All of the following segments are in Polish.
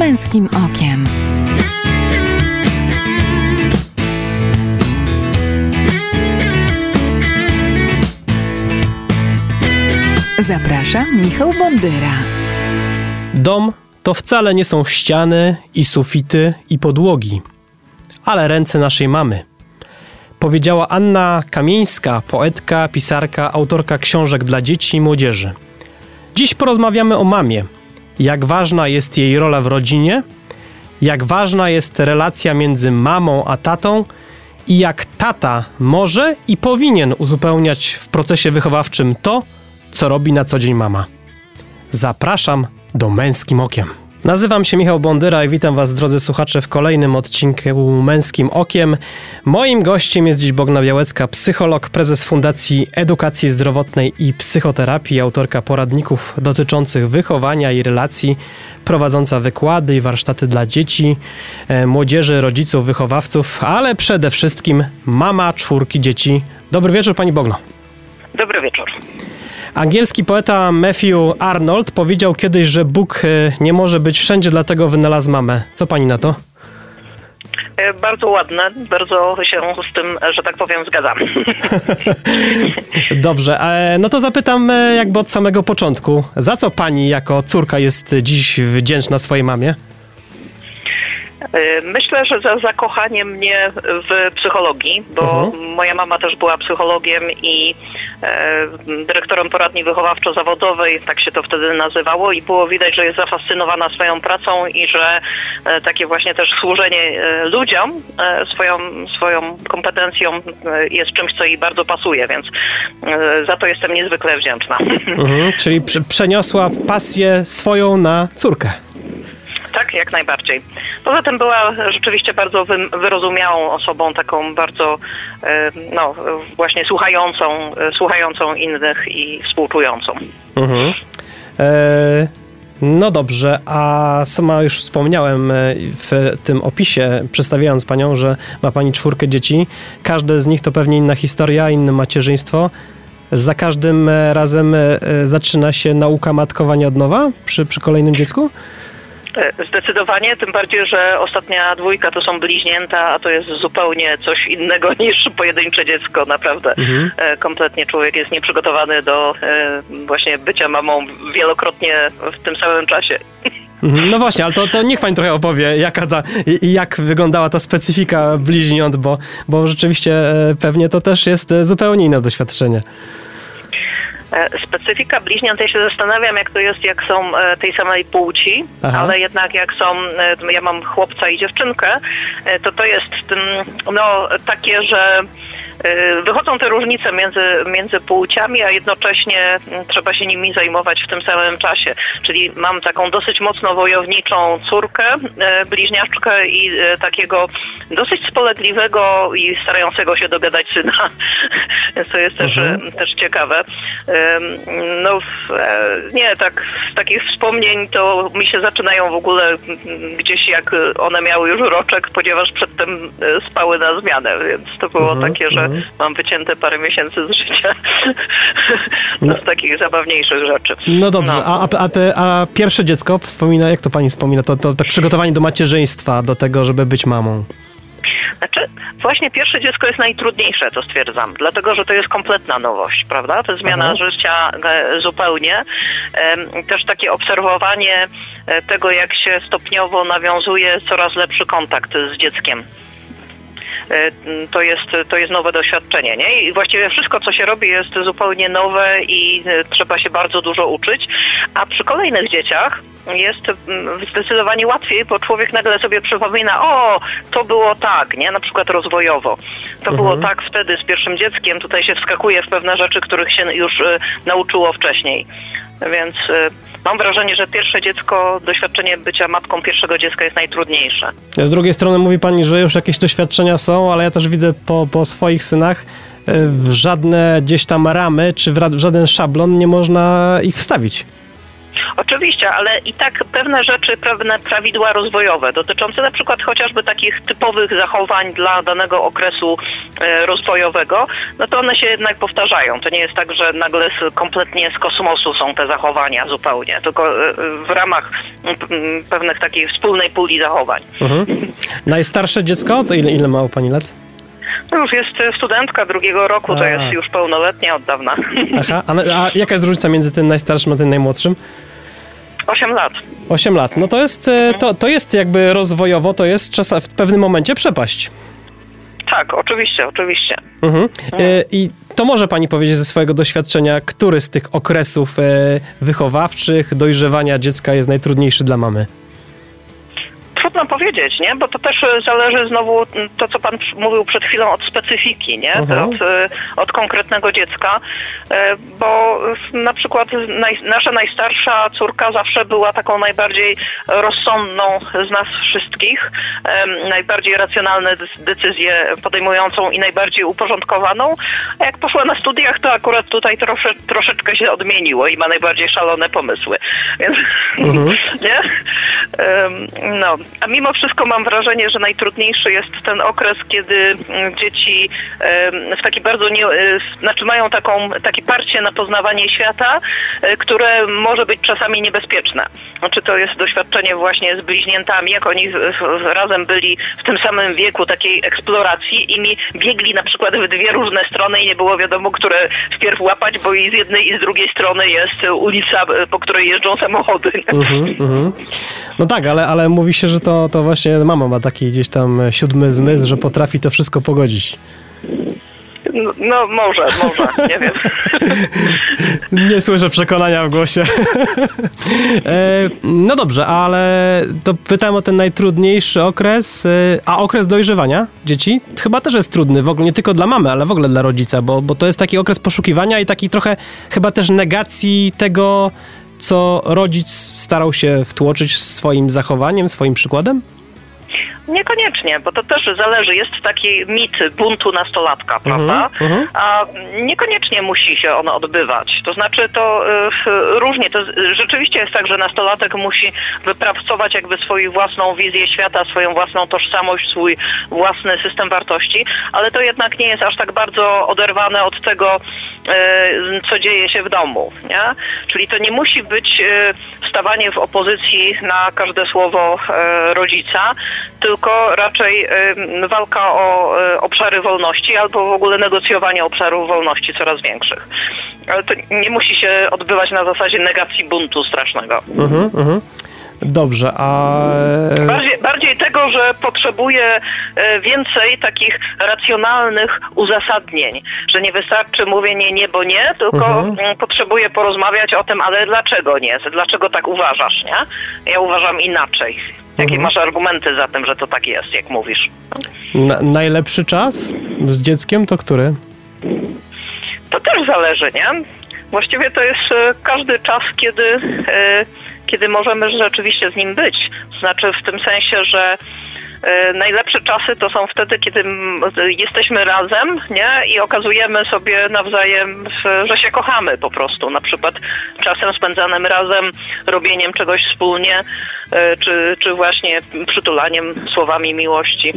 Męskim Okiem. Zaprasza Michał Bondyra. Dom to wcale nie są ściany i sufity i podłogi, ale ręce naszej mamy. Powiedziała Anna Kamieńska, poetka, pisarka, autorka książek dla dzieci i młodzieży. Dziś porozmawiamy o mamie. Jak ważna jest jej rola w rodzinie, jak ważna jest relacja między mamą a tatą i jak tata może i powinien uzupełniać w procesie wychowawczym to, co robi na co dzień mama. Zapraszam do Męskim Okiem. Nazywam się Michał Bondyra i witam Was, drodzy słuchacze, w kolejnym odcinku Męskim Okiem. Moim gościem jest dziś Bogna Białecka, psycholog, prezes Fundacji Edukacji Zdrowotnej i Psychoterapii, autorka poradników dotyczących wychowania i relacji, prowadząca wykłady i warsztaty dla dzieci, młodzieży, rodziców, wychowawców, ale przede wszystkim mama 4 dzieci. Dobry wieczór, Pani Bogno. Dobry wieczór. Angielski poeta Matthew Arnold powiedział kiedyś, że Bóg nie może być wszędzie, dlatego wynalazł mamę. Co pani na to? Bardzo ładne, bardzo się z tym, że tak powiem, zgadzam. Dobrze, no to zapytam jakby od samego początku. Za co pani jako córka jest dziś wdzięczna swojej mamie? Myślę, że za zakochanie mnie w psychologii, bo moja mama też była psychologiem i dyrektorem poradni wychowawczo-zawodowej, tak się to wtedy nazywało, i było widać, że jest zafascynowana swoją pracą i że takie właśnie też służenie ludziom swoją kompetencją jest czymś, co jej bardzo pasuje, więc za to jestem niezwykle wdzięczna. Czyli przeniosła pasję swoją na córkę. Tak, jak najbardziej. Poza tym była rzeczywiście bardzo wyrozumiałą osobą, taką bardzo właśnie słuchającą innych i współczującą. No dobrze, a sama już wspomniałem w tym opisie, przedstawiając panią, że ma pani 4 dzieci. Każde z nich to pewnie inna historia, inne macierzyństwo. Za każdym razem zaczyna się nauka matkowania od nowa przy kolejnym dziecku? Zdecydowanie, tym bardziej, że ostatnia 2 to są bliźnięta, a to jest zupełnie coś innego niż pojedyncze dziecko. Naprawdę kompletnie człowiek jest nieprzygotowany do właśnie bycia mamą wielokrotnie w tym samym czasie. No właśnie, ale to niech pani trochę opowie, jak wyglądała ta specyfika bliźniąt, bo rzeczywiście pewnie to też jest zupełnie inne doświadczenie. Specyfika bliźniąt, ja się zastanawiam, jak to jest, jak są tej samej płci, ale jednak jak są, ja mam chłopca i dziewczynkę, to jest takie, że wychodzą te różnice między płciami, a jednocześnie trzeba się nimi zajmować w tym samym czasie. Czyli mam taką dosyć mocno wojowniczą córkę, bliźniaczkę i takiego dosyć spolegliwego i starającego się dogadać syna. Więc to jest też ciekawe. Tak z takich wspomnień to mi się zaczynają w ogóle gdzieś, jak one miały już roczek, ponieważ przedtem spały na zmianę, więc to było takie, że mam wycięte parę miesięcy z życia z takich zabawniejszych rzeczy. No dobrze, a pierwsze dziecko wspomina, jak to pani wspomina, to tak przygotowanie do macierzyństwa, do tego, żeby być mamą? Znaczy, właśnie pierwsze dziecko jest najtrudniejsze, to stwierdzam, dlatego, że to jest kompletna nowość, prawda? To jest zmiana życia zupełnie. Też takie obserwowanie tego, jak się stopniowo nawiązuje coraz lepszy kontakt z dzieckiem. To jest nowe doświadczenie, nie? I właściwie wszystko, co się robi, jest zupełnie nowe i trzeba się bardzo dużo uczyć, a przy kolejnych dzieciach jest zdecydowanie łatwiej, bo człowiek nagle sobie przypomina, to było tak, nie? Na przykład rozwojowo. To było tak wtedy z pierwszym dzieckiem, tutaj się wskakuje w pewne rzeczy, których się już nauczyło wcześniej. Więc mam wrażenie, że pierwsze dziecko, doświadczenie bycia matką pierwszego dziecka jest najtrudniejsze. Z drugiej strony mówi pani, że już jakieś doświadczenia są, ale ja też widzę po swoich synach, w żadne gdzieś tam ramy, czy w żaden szablon nie można ich wstawić. Oczywiście, ale i tak pewne rzeczy, pewne prawidła rozwojowe dotyczące na przykład chociażby takich typowych zachowań dla danego okresu rozwojowego, no to one się jednak powtarzają. To nie jest tak, że nagle kompletnie z kosmosu są te zachowania zupełnie, tylko w ramach pewnych takiej wspólnej puli zachowań. Najstarsze dziecko, to ile ma pani lat? To już jest studentka 2. roku, to jest już pełnoletnia od dawna. Aha, a jaka jest różnica między tym najstarszym a tym najmłodszym? 8 lat. 8 lat. No to jest jakby rozwojowo, to jest w pewnym momencie przepaść. Tak, oczywiście. I to może pani powiedzieć ze swojego doświadczenia, który z tych okresów wychowawczych, dojrzewania dziecka jest najtrudniejszy dla mamy? Trudno powiedzieć, nie? Bo to też zależy znowu, to co pan mówił przed chwilą, od specyfiki, nie? Od konkretnego dziecka, bo na przykład nasza najstarsza córka zawsze była taką najbardziej rozsądną z nas wszystkich, najbardziej racjonalne decyzje podejmującą i najbardziej uporządkowaną, a jak poszła na studiach, to akurat tutaj troszeczkę się odmieniło i ma najbardziej szalone pomysły, więc nie? No. A mimo wszystko mam wrażenie, że najtrudniejszy jest ten okres, kiedy dzieci w taki bardzo mają takie parcie na poznawanie świata, które może być czasami niebezpieczne. Znaczy to jest doświadczenie właśnie z bliźniętami, jak oni razem byli w tym samym wieku takiej eksploracji i biegli na przykład w 2 różne strony i nie było wiadomo, które wpierw łapać, bo i z jednej i z drugiej strony jest ulica, po której jeżdżą samochody. No tak, ale mówi się, że to właśnie mama ma taki gdzieś tam 7. zmysł, że potrafi to wszystko pogodzić. No może, nie wiem. Nie słyszę przekonania w głosie. No dobrze, ale to pytam o ten najtrudniejszy okres, a okres dojrzewania dzieci chyba też jest trudny, w ogóle nie tylko dla mamy, ale w ogóle dla rodzica, bo to jest taki okres poszukiwania i taki trochę chyba też negacji tego, co rodzic starał się wtłoczyć swoim zachowaniem, swoim przykładem? Niekoniecznie, bo to też zależy. Jest taki mit buntu nastolatka, prawda? A niekoniecznie musi się on odbywać. To znaczy to różnie. To rzeczywiście jest tak, że nastolatek musi wypracować jakby swoją własną wizję świata, swoją własną tożsamość, swój własny system wartości, ale to jednak nie jest aż tak bardzo oderwane od tego, co dzieje się w domu, nie? Czyli to nie musi być stawanie w opozycji na każde słowo rodzica, tylko raczej walka o obszary wolności albo w ogóle negocjowanie obszarów wolności coraz większych. Ale to nie musi się odbywać na zasadzie negacji buntu strasznego. Dobrze, a... Bardziej tego, że potrzebuje więcej takich racjonalnych uzasadnień, że nie wystarczy mówienie nie, bo nie, tylko potrzebuje porozmawiać o tym, ale dlaczego nie? Dlaczego tak uważasz, nie? Ja uważam inaczej. Jakie masz argumenty za tym, że to tak jest, jak mówisz? Najlepszy czas z dzieckiem to który? To też zależy, nie? Właściwie to jest każdy czas, kiedy możemy rzeczywiście z nim być. To znaczy w tym sensie, że najlepsze czasy to są wtedy, kiedy jesteśmy razem, nie? I okazujemy sobie nawzajem, że się kochamy po prostu. Na przykład czasem spędzanym razem, robieniem czegoś wspólnie, czy właśnie przytulaniem słowami miłości.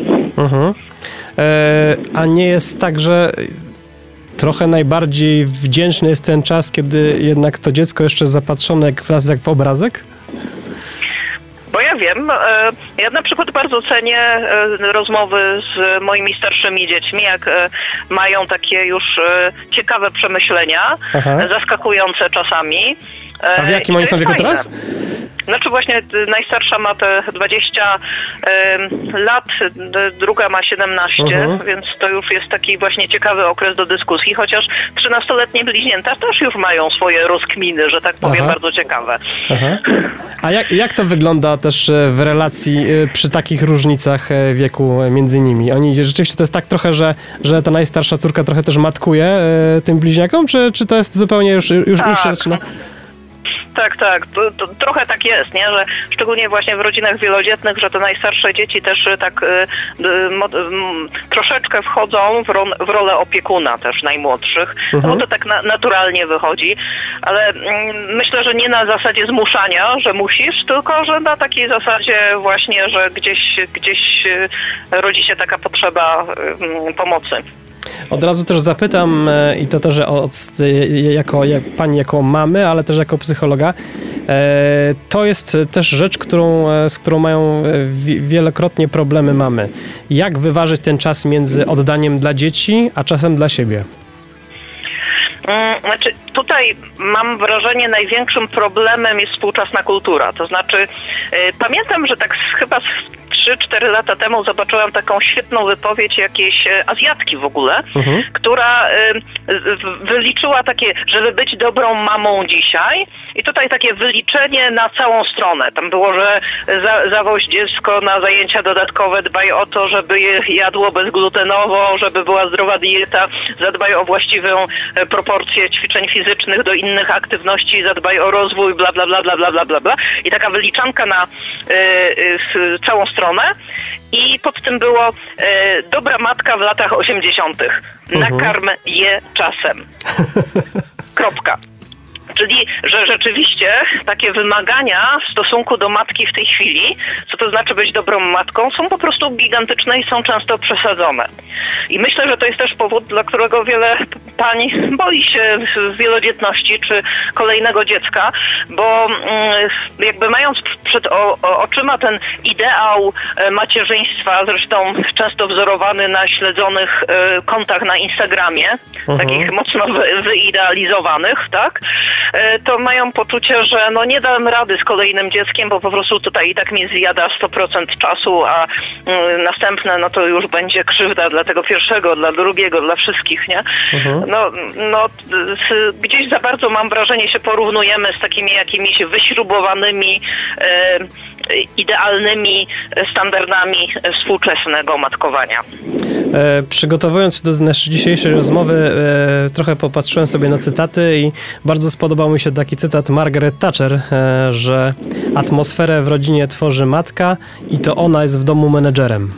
A nie jest tak, że trochę najbardziej wdzięczny jest ten czas, kiedy jednak to dziecko jeszcze jest zapatrzone jak w obrazek? Bo ja wiem, ja na przykład bardzo cenię rozmowy z moimi starszymi dziećmi, jak mają takie już ciekawe przemyślenia, zaskakujące czasami. A w jakim oni są wieku teraz? Znaczy właśnie najstarsza ma te 20 lat, druga ma 17, więc to już jest taki właśnie ciekawy okres do dyskusji, chociaż 13-letnie bliźnięta też już mają swoje rozkminy, że tak powiem, bardzo ciekawe. A jak to wygląda też w relacji przy takich różnicach wieku między nimi? Oni rzeczywiście to jest tak trochę, że ta najstarsza córka trochę też matkuje tym bliźniakom, czy to jest zupełnie już się zaczyna? Tak. To trochę tak jest, nie? Że szczególnie właśnie w rodzinach wielodzietnych, że te najstarsze dzieci też tak troszeczkę wchodzą w rolę opiekuna też najmłodszych, bo to tak naturalnie wychodzi, ale myślę, że nie na zasadzie zmuszania, że musisz, tylko że na takiej zasadzie właśnie, że gdzieś rodzi się taka potrzeba pomocy. Od razu też zapytam, i to też jak pani jako mamy, ale też jako psychologa, to jest też rzecz, z którą mają wielokrotnie problemy mamy. Jak wyważyć ten czas między oddaniem dla dzieci, a czasem dla siebie? Znaczy, tutaj mam wrażenie, największym problemem jest współczesna kultura. To znaczy, pamiętam, że tak chyba 3-4 lata temu zobaczyłam taką świetną wypowiedź jakiejś Azjatki w ogóle, która wyliczyła takie, żeby być dobrą mamą dzisiaj, i tutaj takie wyliczenie na całą stronę. Tam było, że zawoź dziecko na zajęcia dodatkowe, dbaj o to, żeby je jadło bezglutenowo, żeby była zdrowa dieta, zadbaj o właściwą proporcję ćwiczeń fizycznych do innych aktywności, zadbaj o rozwój, bla, bla, bla, bla, bla, bla, bla, bla. I taka wyliczanka na całą stronę. I pod tym było dobra matka w latach 80. Nakarm je czasem. Kropka. Czyli, że rzeczywiście takie wymagania w stosunku do matki w tej chwili, co to znaczy być dobrą matką, są po prostu gigantyczne i są często przesadzone. I myślę, że to jest też powód, dla którego wiele pań boi się wielodzietności czy kolejnego dziecka, bo jakby mając przed oczyma ten ideał macierzyństwa, zresztą często wzorowany na śledzonych kontach na Instagramie, takich mocno wyidealizowanych, tak? To mają poczucie, że no nie dam rady z kolejnym dzieckiem, bo po prostu tutaj i tak mi zjada 100% czasu, a następne no to już będzie krzywda dla tego pierwszego, dla drugiego, dla wszystkich, nie? Gdzieś za bardzo mam wrażenie, się porównujemy z takimi jakimiś wyśrubowanymi, idealnymi standardami współczesnego matkowania. Przygotowując się do naszej dzisiejszej rozmowy, trochę popatrzyłem sobie na cytaty i bardzo spodobał mi się taki cytat Margaret Thatcher, że atmosferę w rodzinie tworzy matka i to ona jest w domu menedżerem.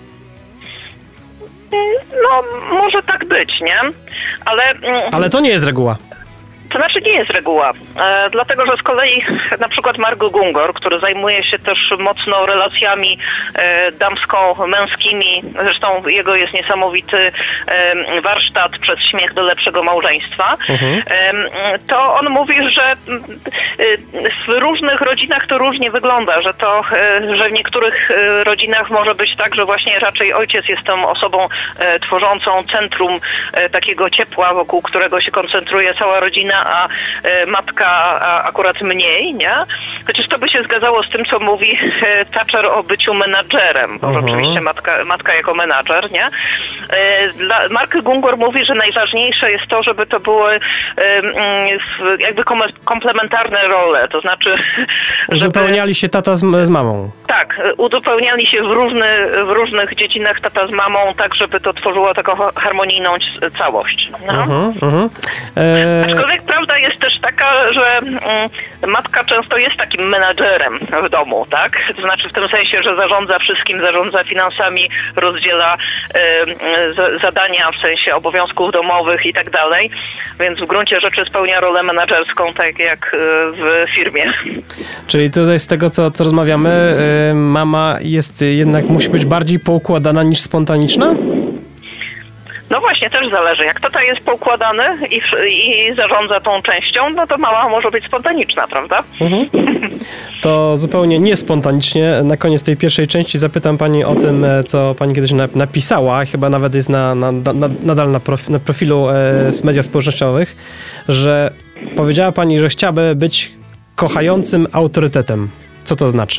No, może tak być, nie? Ale to nie jest reguła. To znaczy nie jest reguła, dlatego że z kolei na przykład Mark Gungor, który zajmuje się też mocno relacjami damsko-męskimi, zresztą jego jest niesamowity warsztat Przez śmiech do lepszego małżeństwa, to on mówi, że w różnych rodzinach to różnie wygląda, że w niektórych rodzinach może być tak, że właśnie raczej ojciec jest tą osobą tworzącą centrum takiego ciepła, wokół którego się koncentruje cała rodzina, a matka akurat mniej, nie? Chociaż to by się zgadzało z tym, co mówi Thatcher o byciu menadżerem, bo rzeczywiście matka jako menadżer, nie? Mark Gungor mówi, że najważniejsze jest to, żeby to były jakby komplementarne role, to znaczy... Uzupełniali się tata z mamą. Tak, uzupełniali się w różnych dziedzinach tata z mamą, tak żeby to tworzyło taką harmonijną całość. No? Aczkolwiek prawda jest też taka, że matka często jest takim menadżerem w domu, tak? To znaczy w tym sensie, że zarządza wszystkim, zarządza finansami, rozdziela zadania w sensie obowiązków domowych i tak dalej, więc w gruncie rzeczy spełnia rolę menadżerską, tak jak w firmie. Czyli tutaj z tego, co rozmawiamy, mama musi być bardziej poukładana niż spontaniczna? No właśnie, też zależy. Jak tata jest poukładany i zarządza tą częścią, no to mama może być spontaniczna, prawda? To zupełnie niespontanicznie. Na koniec tej pierwszej części zapytam pani o tym, co pani kiedyś napisała, chyba nawet jest nadal na profilu z mediach społecznościowych, że powiedziała pani, że chciałaby być kochającym autorytetem. Co to znaczy?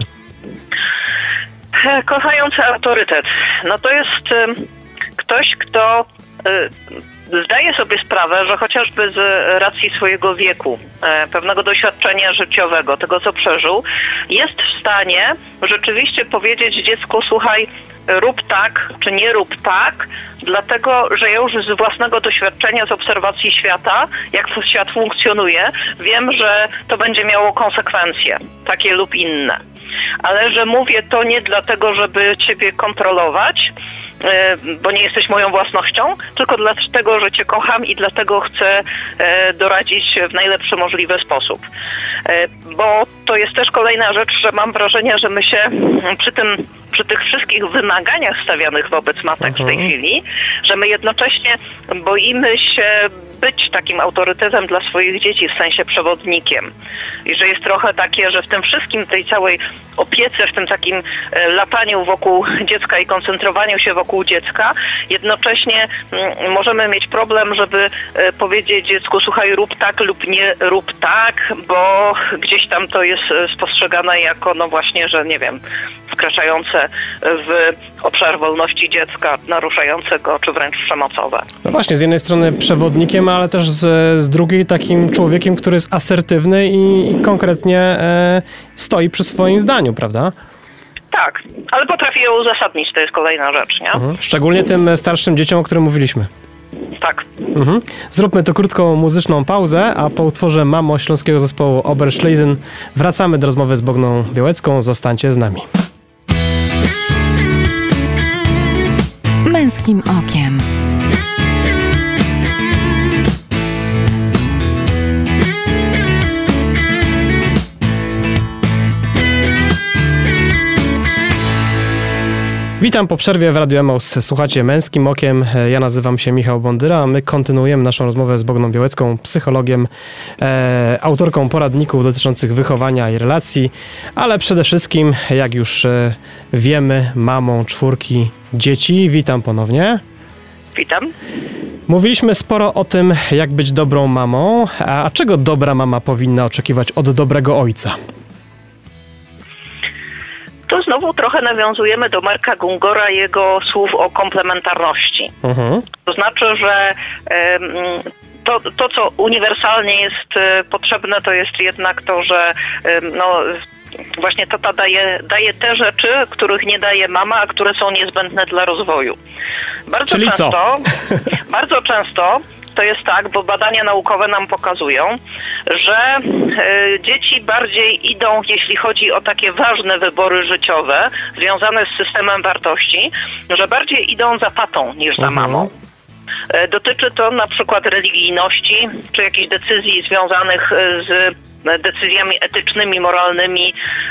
Kochający autorytet. No to jest ktoś, kto zdaje sobie sprawę, że chociażby z racji swojego wieku, pewnego doświadczenia życiowego, tego co przeżył, jest w stanie rzeczywiście powiedzieć dziecku: słuchaj, rób tak, czy nie rób tak, dlatego, że ja już z własnego doświadczenia, z obserwacji świata, jak świat funkcjonuje, wiem, że to będzie miało konsekwencje, takie lub inne. Ale że mówię to nie dlatego, żeby ciebie kontrolować, bo nie jesteś moją własnością, tylko dlatego, że cię kocham i dlatego chcę doradzić w najlepszy możliwy sposób. Bo to jest też kolejna rzecz, że mam wrażenie, że my się przy tych wszystkich wymaganiach stawianych wobec matek w tej chwili, że my jednocześnie boimy się być takim autorytetem dla swoich dzieci, w sensie przewodnikiem. I że jest trochę takie, że w tym wszystkim, tej całej opiece, w tym takim lataniu wokół dziecka i koncentrowaniu się wokół dziecka, jednocześnie możemy mieć problem, żeby powiedzieć dziecku, słuchaj, rób tak lub nie rób tak, bo gdzieś tam to jest spostrzegane jako, no właśnie, że nie wiem, wkraczające w obszar wolności dziecka, naruszające go, czy wręcz przemocowe. No właśnie, z jednej strony przewodnikiem, ale też z drugiej takim człowiekiem, który jest asertywny i konkretnie stoi przy swoim zdaniu, prawda? Tak, ale potrafi ją uzasadnić, to jest kolejna rzecz, nie? Szczególnie tym starszym dzieciom, o którym mówiliśmy. Tak. Zróbmy to krótką muzyczną pauzę, a po utworze Mamo śląskiego zespołu Oberschlesien wracamy do rozmowy z Bogną Białecką. Zostańcie z nami. Męskim okiem. Witam po przerwie w Radiu Emaus. Słuchacie Męskim Okiem. Ja nazywam się Michał Bondyra, a my kontynuujemy naszą rozmowę z Bogną Białecką, psychologiem, autorką poradników dotyczących wychowania i relacji, ale przede wszystkim, jak już wiemy, mamą 4 dzieci. Witam ponownie. Witam. Mówiliśmy sporo o tym, jak być dobrą mamą, a czego dobra mama powinna oczekiwać od dobrego ojca? To znowu trochę nawiązujemy do Marka Gungora, jego słów o komplementarności. To znaczy, że to, co uniwersalnie jest potrzebne, to jest jednak to, że właśnie tata daje te rzeczy, których nie daje mama, a które są niezbędne dla rozwoju. Bardzo często to jest tak, bo badania naukowe nam pokazują, że dzieci bardziej idą, jeśli chodzi o takie ważne wybory życiowe związane z systemem wartości, że bardziej idą za tatą niż za mamą. Dotyczy to na przykład religijności, czy jakichś decyzji związanych z decyzjami etycznymi, moralnymi,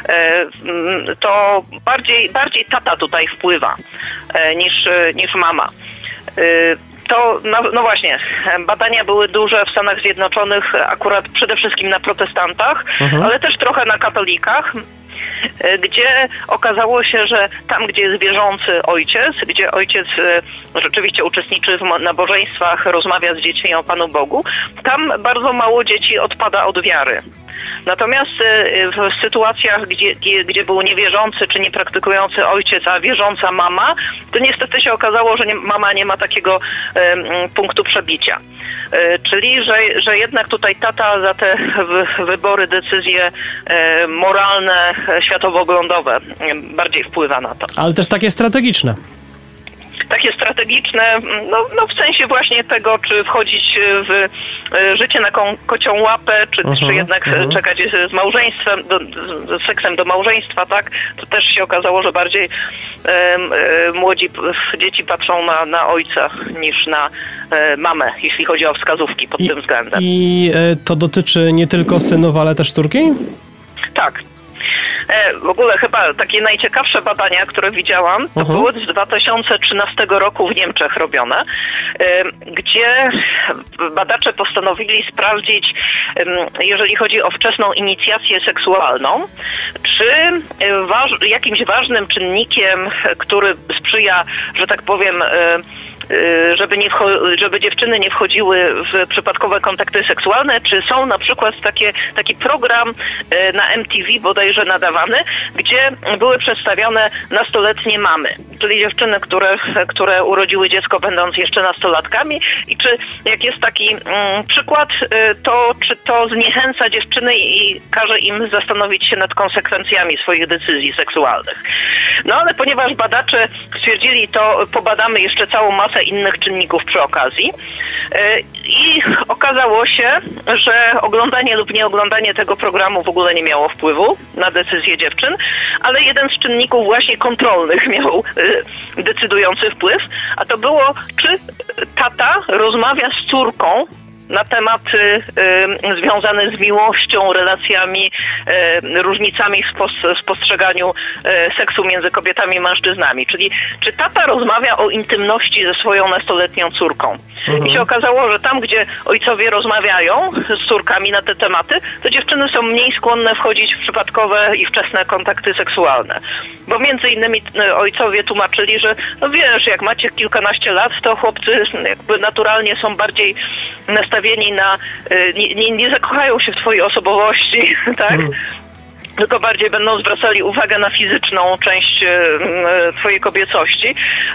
to bardziej tata tutaj wpływa niż mama. To, no właśnie, badania były duże w Stanach Zjednoczonych, akurat przede wszystkim na protestantach, ale też trochę na katolikach, gdzie okazało się, że tam, gdzie jest wierzący ojciec, gdzie ojciec rzeczywiście uczestniczy w nabożeństwach, rozmawia z dziećmi o Panu Bogu, tam bardzo mało dzieci odpada od wiary. Natomiast w sytuacjach, gdzie był niewierzący czy niepraktykujący ojciec, a wierząca mama, to niestety się okazało, że mama nie ma takiego punktu przebicia. Czyli, że jednak tutaj tata za te wybory, decyzje moralne, światopoglądowe bardziej wpływa na to. Ale też takie strategiczne. Takie strategiczne, no w sensie właśnie tego, czy wchodzić w życie na kocią łapę, czy jednak czekać z małżeństwem, z seksem do małżeństwa, tak? To też się okazało, że bardziej młodzi dzieci patrzą na ojca niż na mamę, jeśli chodzi o wskazówki pod tym względem. I to dotyczy nie tylko synów, ale też córki? Tak. W ogóle chyba takie najciekawsze badania, które widziałam, to były z 2013 roku w Niemczech robione, gdzie badacze postanowili sprawdzić, jeżeli chodzi o wczesną inicjację seksualną, czy jakimś ważnym czynnikiem, który sprzyja, że tak powiem, żeby dziewczyny nie wchodziły w przypadkowe kontakty seksualne, czy są na przykład taki program na MTV bodajże nadawany, gdzie były przedstawione nastoletnie mamy, czyli dziewczyny, które urodziły dziecko będąc jeszcze nastolatkami i czy jak jest taki przykład, to czy to zniechęca dziewczyny i każe im zastanowić się nad konsekwencjami swoich decyzji seksualnych. No ale ponieważ badacze stwierdzili to, pobadamy jeszcze całą masę innych czynników przy okazji i okazało się, że oglądanie lub nieoglądanie tego programu w ogóle nie miało wpływu na decyzje dziewczyn, ale jeden z czynników właśnie kontrolnych miał decydujący wpływ, a to było, czy tata rozmawia z córką na tematy związane z miłością, relacjami, różnicami w postrzeganiu seksu między kobietami i mężczyznami. Czyli czy tata rozmawia o intymności ze swoją nastoletnią córką. I się okazało, że tam, gdzie ojcowie rozmawiają z córkami na te tematy, to dziewczyny są mniej skłonne wchodzić w przypadkowe i wczesne kontakty seksualne. Bo między innymi ojcowie tłumaczyli, że no wiesz, jak macie kilkanaście lat, to chłopcy jakby naturalnie są bardziej nastawieni na... nie zakochają się w twojej osobowości, tak? Tylko bardziej będą zwracali uwagę na fizyczną część twojej kobiecości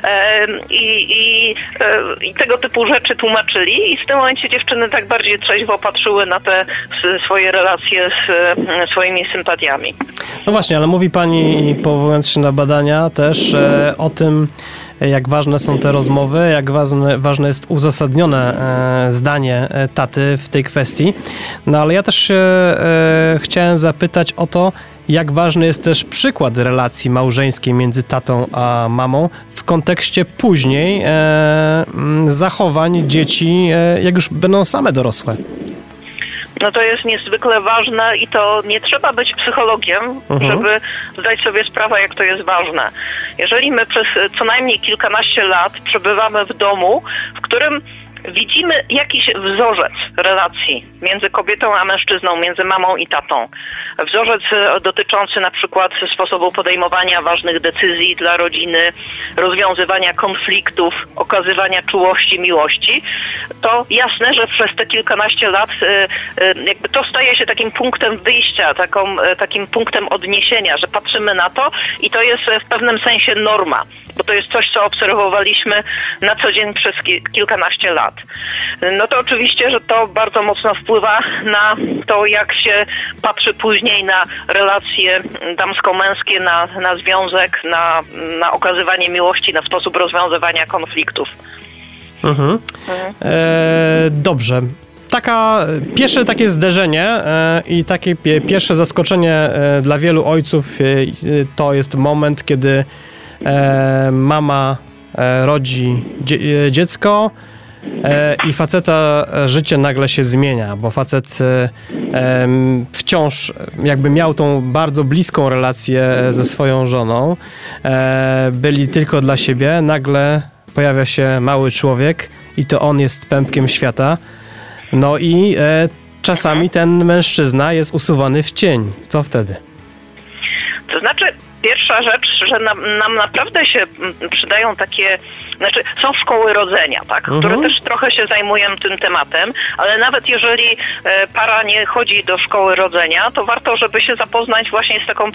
i tego typu rzeczy tłumaczyli i w tym momencie dziewczyny tak bardziej trzeźwo patrzyły na te swoje relacje z swoimi sympatiami. No właśnie, ale mówi pani, powołując się na badania też o tym, jak ważne są te rozmowy, jak ważne jest uzasadnione zdanie taty w tej kwestii. No ale ja też chciałem zapytać o to, jak ważny jest też przykład relacji małżeńskiej między tatą a mamą w kontekście później zachowań dzieci, jak już będą same dorosłe. No to jest niezwykle ważne i to nie trzeba być psychologiem, żeby zdać sobie sprawę, jak to jest ważne. Jeżeli my przez co najmniej kilkanaście lat przebywamy w domu, w którym widzimy jakiś wzorzec relacji między kobietą a mężczyzną, między mamą i tatą. Wzorzec dotyczący na przykład sposobu podejmowania ważnych decyzji dla rodziny, rozwiązywania konfliktów, okazywania czułości, miłości. To jasne, że przez te kilkanaście lat jakby to staje się takim punktem wyjścia, takim punktem odniesienia, że patrzymy na to i to jest w pewnym sensie norma, bo to jest coś, co obserwowaliśmy na co dzień przez kilkanaście lat. No to oczywiście, że to bardzo mocno wpływa na to, jak się patrzy później na relacje damsko-męskie, na związek, na okazywanie miłości, na sposób rozwiązywania konfliktów. Dobrze. Pierwsze takie zderzenie i takie pierwsze zaskoczenie dla wielu ojców to jest moment, kiedy mama rodzi dziecko i faceta życie nagle się zmienia, bo facet wciąż jakby miał tą bardzo bliską relację ze swoją żoną, byli tylko dla siebie, nagle pojawia się mały człowiek i to on jest pępkiem świata, no i czasami ten mężczyzna jest usuwany w cień. Co wtedy? To znaczy, pierwsza rzecz, że nam naprawdę się przydają są szkoły rodzenia, tak, które też trochę się zajmują tym tematem, ale nawet jeżeli para nie chodzi do szkoły rodzenia, to warto, żeby się zapoznać właśnie z taką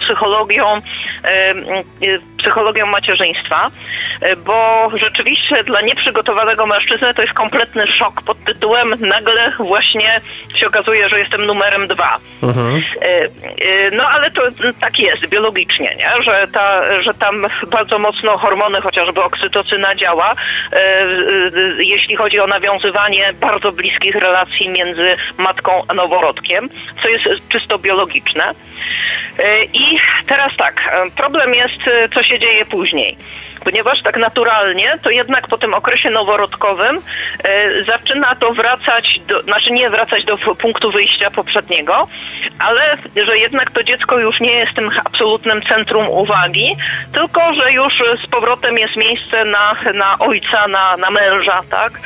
psychologią macierzyństwa, bo rzeczywiście dla nieprzygotowanego mężczyzny to jest kompletny szok pod tytułem nagle właśnie się okazuje, że jestem numerem 2. No ale to tak jest biologicznie, nie? Że tam bardzo mocno hormony, chociażby oksytocyna działa, jeśli chodzi o nawiązywanie bardzo bliskich relacji między matką a noworodkiem, co jest czysto biologiczne. I teraz tak, problem jest, co się dzieje później. Ponieważ tak naturalnie, to jednak po tym okresie noworodkowym zaczyna to nie wracać do punktu wyjścia poprzedniego, ale że jednak to dziecko już nie jest tym absolutnym centrum uwagi, tylko że już z powrotem jest miejsce na ojca, na męża, tak?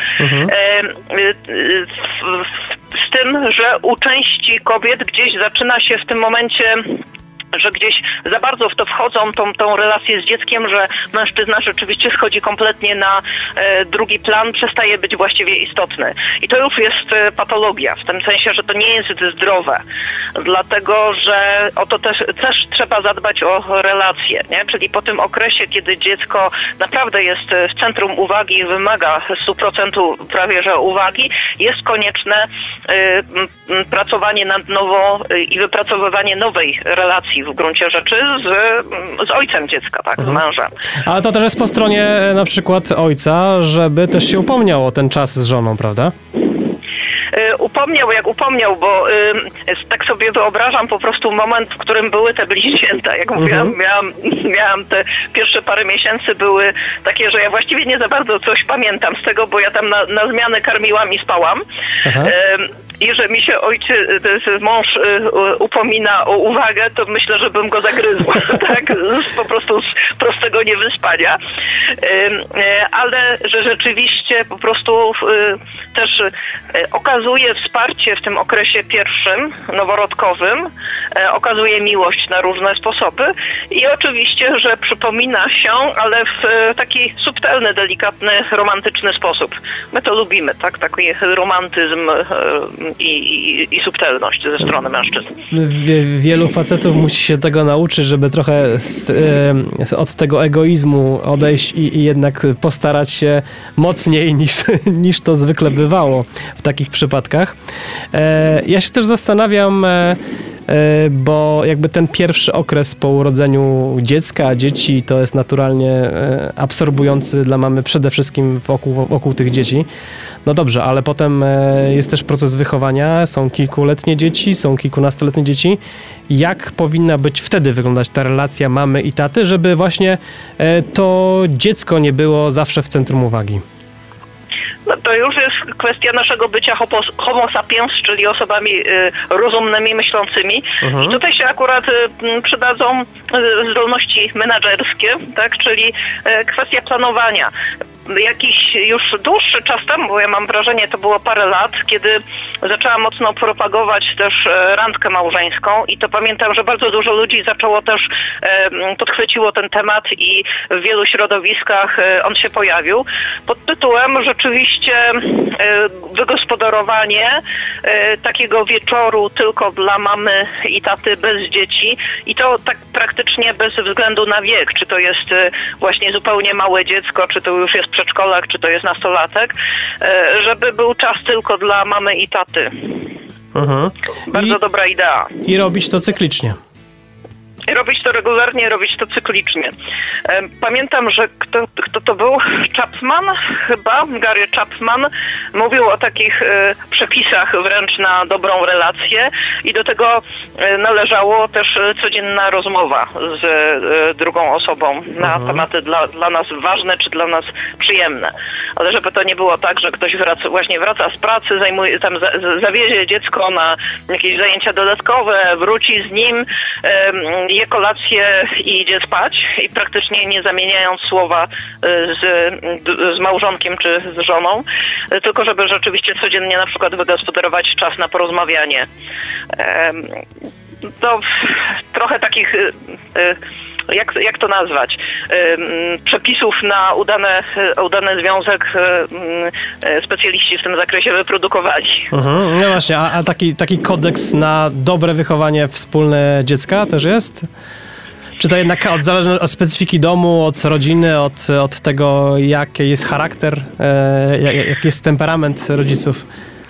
Z tym, że u części kobiet gdzieś zaczyna się w tym momencie że gdzieś za bardzo w to wchodzą, tą relację z dzieckiem, że mężczyzna rzeczywiście schodzi kompletnie na drugi plan, przestaje być właściwie istotny. I to już jest patologia, w tym sensie, że to nie jest zdrowe. Dlatego, że o to też trzeba zadbać o relacje, nie? Czyli po tym okresie, kiedy dziecko naprawdę jest w centrum uwagi i wymaga 100% prawie że uwagi, jest konieczne pracowanie nad nowo i wypracowywanie nowej relacji w gruncie rzeczy z ojcem dziecka, tak, z mężem. Ale to też jest po stronie na przykład ojca, żeby też się upomniał o ten czas z żoną, prawda? Upomniał, bo tak sobie wyobrażam po prostu moment, w którym były te bliźnięta. Jak mówiłam, miałam te pierwsze parę miesięcy były takie, że ja właściwie nie za bardzo coś pamiętam z tego, bo ja tam na zmiany karmiłam i spałam. I że mi się mąż upomina o uwagę, to myślę, że bym go zagryzła, tak? Po prostu z prostego niewyspania. Ale że rzeczywiście po prostu też okazuje wsparcie w tym okresie pierwszym, noworodkowym, okazuje miłość na różne sposoby i oczywiście, że przypomina się, ale w taki subtelny, delikatny, romantyczny sposób. My to lubimy, tak? Taki romantyzm i subtelność ze strony mężczyzn. Wielu facetów musi się tego nauczyć, żeby trochę od tego egoizmu odejść i jednak postarać się mocniej niż to zwykle bywało w takich przypadkach. Ja się też zastanawiam, bo jakby ten pierwszy okres po urodzeniu dziecka, dzieci, to jest naturalnie absorbujący dla mamy przede wszystkim wokół tych dzieci. No dobrze, ale potem jest też proces wychowania, są kilkuletnie dzieci, są kilkunastoletnie dzieci. Jak powinna być wtedy wyglądać ta relacja mamy i taty, żeby właśnie to dziecko nie było zawsze w centrum uwagi? No to już jest kwestia naszego bycia homo sapiens, czyli osobami rozumnymi, myślącymi. I tutaj się akurat przydadzą zdolności menadżerskie, tak? Czyli kwestia planowania. Jakiś już dłuższy czas temu, bo ja mam wrażenie, to było parę lat, kiedy zaczęłam mocno propagować też randkę małżeńską i to pamiętam, że bardzo dużo ludzi zaczęło też, podchwyciło ten temat i w wielu środowiskach on się pojawił pod tytułem rzeczywiście wygospodarowanie takiego wieczoru tylko dla mamy i taty bez dzieci i to tak praktycznie bez względu na wiek, czy to jest właśnie zupełnie małe dziecko, czy to już jest przedszkolak, czy to jest nastolatek, żeby był czas tylko dla mamy i taty. Bardzo dobra idea. I robić to cyklicznie. Robić to regularnie, robić to cyklicznie. Pamiętam, że kto to był? Chapman chyba, Gary Chapman mówił o takich przepisach wręcz na dobrą relację i do tego należało też codzienna rozmowa z drugą osobą na tematy dla nas ważne czy dla nas przyjemne. Ale żeby to nie było tak, że ktoś wraca z pracy, zawiezie dziecko na jakieś zajęcia dodatkowe, wróci z nim, je kolację i idzie spać i praktycznie nie zamieniając słowa z małżonkiem czy z żoną, tylko żeby rzeczywiście codziennie na przykład wygospodarować czas na porozmawianie. To trochę takich, jak to nazwać, przepisów na udany związek specjaliści w tym zakresie wyprodukowali. No właśnie, a taki kodeks na dobre wychowanie wspólne dziecka też jest? Czy to jednak zależy od specyfiki domu, od rodziny, od tego, jaki jest charakter, jaki jest temperament rodziców?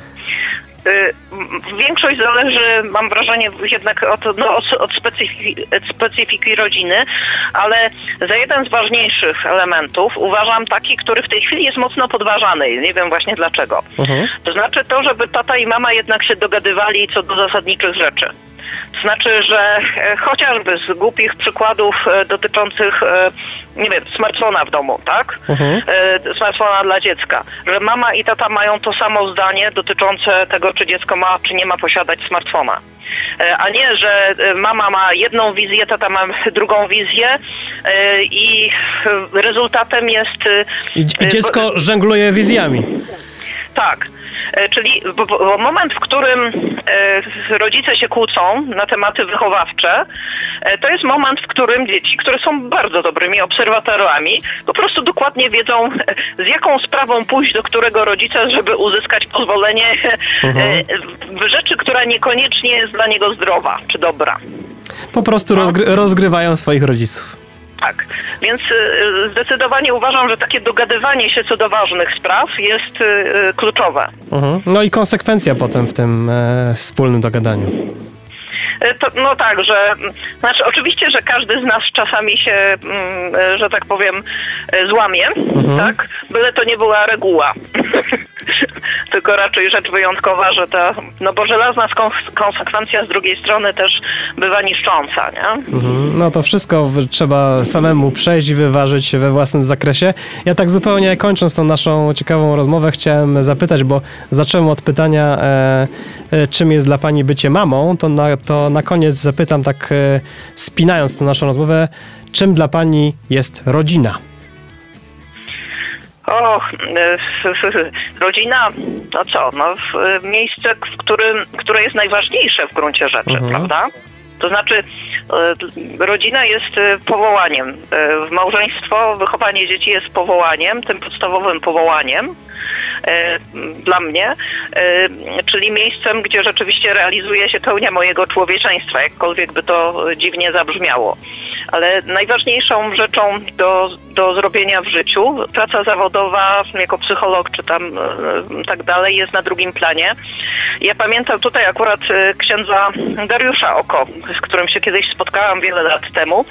Większość zależy, mam wrażenie, jednak od specyfiki rodziny, ale za jeden z ważniejszych elementów uważam taki, który w tej chwili jest mocno podważany i nie wiem właśnie dlaczego. To znaczy to, żeby tata i mama jednak się dogadywali co do zasadniczych rzeczy. To znaczy, że chociażby z głupich przykładów dotyczących, nie wiem, smartfona w domu, tak? Smartfona dla dziecka. Że mama i tata mają to samo zdanie dotyczące tego, czy dziecko ma, czy nie ma posiadać smartfona. A nie, że mama ma jedną wizję, tata ma drugą wizję i rezultatem jest... I dziecko żongluje wizjami. Tak. Czyli moment, w którym rodzice się kłócą na tematy wychowawcze, to jest moment, w którym dzieci, które są bardzo dobrymi obserwatorami, po prostu dokładnie wiedzą, z jaką sprawą pójść do którego rodzica, żeby uzyskać pozwolenie w rzeczy, która niekoniecznie jest dla niego zdrowa czy dobra. Po prostu rozgrywają swoich rodziców. Tak, więc zdecydowanie uważam, że takie dogadywanie się co do ważnych spraw jest kluczowe. No i konsekwencja potem w tym wspólnym dogadaniu. No tak, znaczy oczywiście, że każdy z nas czasami się, że tak powiem, złamie, tak? Byle to nie była reguła. Tylko raczej rzecz wyjątkowa, że bo żelazna konsekwencja z drugiej strony też bywa niszcząca, nie? No to wszystko trzeba samemu przejść i wyważyć we własnym zakresie. Ja tak zupełnie kończąc tą naszą ciekawą rozmowę chciałem zapytać, bo zacząłem od pytania, czym jest dla pani bycie mamą, to na koniec zapytam tak spinając tę naszą rozmowę, czym dla pani jest rodzina? Rodzina, no co, miejsce, które jest najważniejsze w gruncie rzeczy, prawda? To znaczy, rodzina jest powołaniem. Małżeństwo, wychowanie dzieci jest powołaniem, tym podstawowym powołaniem dla mnie, czyli miejscem, gdzie rzeczywiście realizuje się pełnia mojego człowieczeństwa, jakkolwiek by to dziwnie zabrzmiało. Ale najważniejszą rzeczą do zrobienia w życiu, praca zawodowa jako psycholog czy tam tak dalej jest na drugim planie. Ja pamiętam tutaj akurat księdza Dariusza Oko, z którym się kiedyś spotkałam wiele lat temu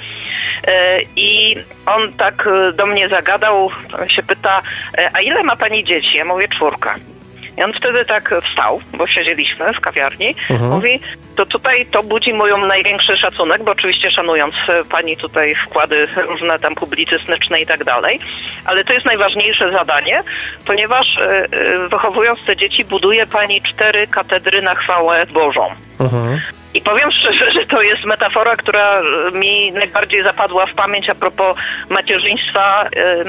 i on tak do mnie zagadał, się pyta, a ile ma pani dzieci? Ja mówię 4. I on wtedy tak wstał, bo siedzieliśmy w kawiarni, mówi, to tutaj to budzi moją największy szacunek, bo oczywiście szanując pani tutaj wkłady różne tam publicystyczne i tak dalej, ale to jest najważniejsze zadanie, ponieważ wychowując te dzieci buduje pani 4 katedry na chwałę Bożą. I powiem szczerze, że to jest metafora, która mi najbardziej zapadła w pamięć a propos macierzyństwa.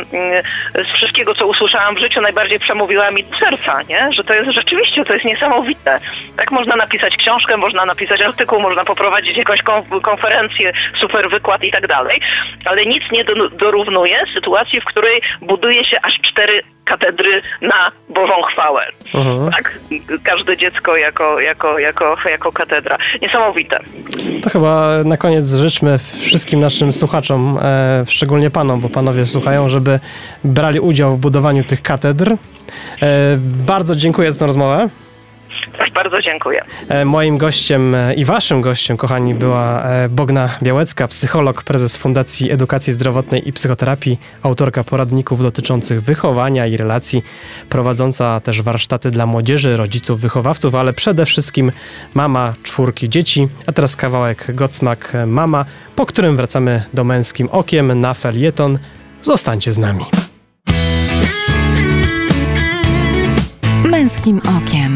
Z wszystkiego, co usłyszałam w życiu, najbardziej przemówiła mi do serca, nie? Że to jest rzeczywiście, to jest niesamowite. Tak można napisać książkę, można napisać artykuł, można poprowadzić jakąś konferencję, super wykład i tak dalej, ale nic nie dorównuje sytuacji, w której buduje się aż 4 katedry na Bożą chwałę. Tak? Każde dziecko jako katedra. Niesamowite. To chyba na koniec życzmy wszystkim naszym słuchaczom, szczególnie panom, bo panowie słuchają, żeby brali udział w budowaniu tych katedr. Bardzo dziękuję za tę rozmowę. Też bardzo dziękuję. Moim gościem i waszym gościem, kochani, była Bogna Białecka, psycholog, prezes Fundacji Edukacji Zdrowotnej i Psychoterapii, autorka poradników dotyczących wychowania i relacji, prowadząca też warsztaty dla młodzieży, rodziców, wychowawców, ale przede wszystkim mama 4 dzieci. A teraz kawałek Godsmack Mama, po którym wracamy do Męskim Okiem na felieton. Zostańcie z nami. Męskim Okiem.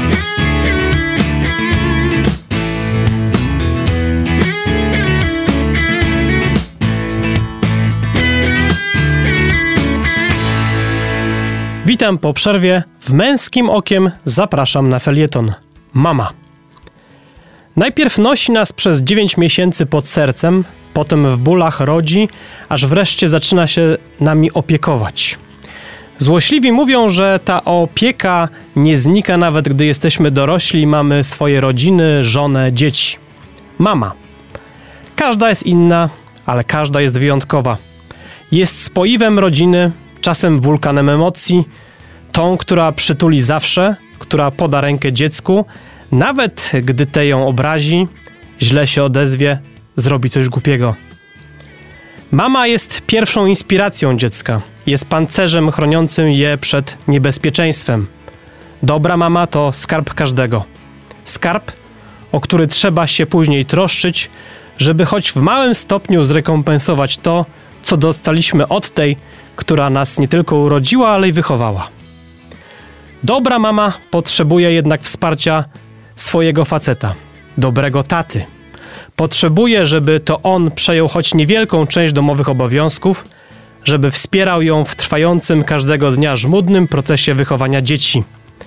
Witam po przerwie. W Męskim Okiem zapraszam na felieton Mama. Najpierw nosi nas przez 9 miesięcy pod sercem, potem w bólach rodzi, aż wreszcie zaczyna się nami opiekować. Złośliwi mówią, że ta opieka nie znika nawet gdy jesteśmy dorośli i mamy swoje rodziny, żonę, dzieci. Mama. Każda jest inna, ale każda jest wyjątkowa. Jest spoiwem rodziny, czasem wulkanem emocji, tą, która przytuli zawsze, która poda rękę dziecku, nawet gdy te ją obrazi, źle się odezwie, zrobi coś głupiego. Mama jest pierwszą inspiracją dziecka, jest pancerzem chroniącym je przed niebezpieczeństwem. Dobra mama to skarb każdego. Skarb, o który trzeba się później troszczyć, żeby choć w małym stopniu zrekompensować to, co dostaliśmy od tej, która nas nie tylko urodziła, ale i wychowała. Dobra mama potrzebuje jednak wsparcia swojego faceta, dobrego taty. Potrzebuje, żeby to on przejął choć niewielką część domowych obowiązków, żeby wspierał ją w trwającym każdego dnia żmudnym procesie wychowania dzieci.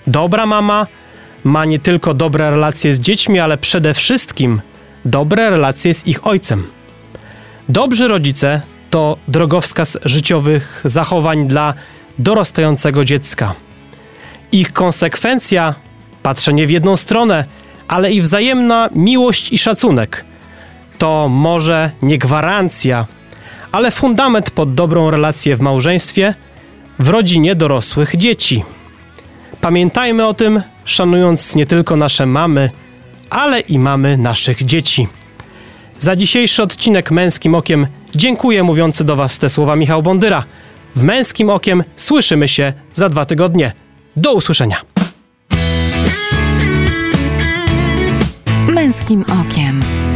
Dobra mama ma nie tylko dobre relacje z dziećmi, ale przede wszystkim dobre relacje z ich ojcem. Dobrzy rodzice to drogowskaz życiowych zachowań dla dorastającego dziecka. Ich konsekwencja, patrzenie w jedną stronę, ale i wzajemna miłość i szacunek to może nie gwarancja, ale fundament pod dobrą relację w małżeństwie, w rodzinie dorosłych dzieci. Pamiętajmy o tym, szanując nie tylko nasze mamy, ale i mamy naszych dzieci. Za dzisiejszy odcinek Męskim Okiem dziękuję mówiący do Was te słowa Michał Bondyra. W Męskim Okiem słyszymy się za 2 tygodnie. Do usłyszenia. Męskim Okiem.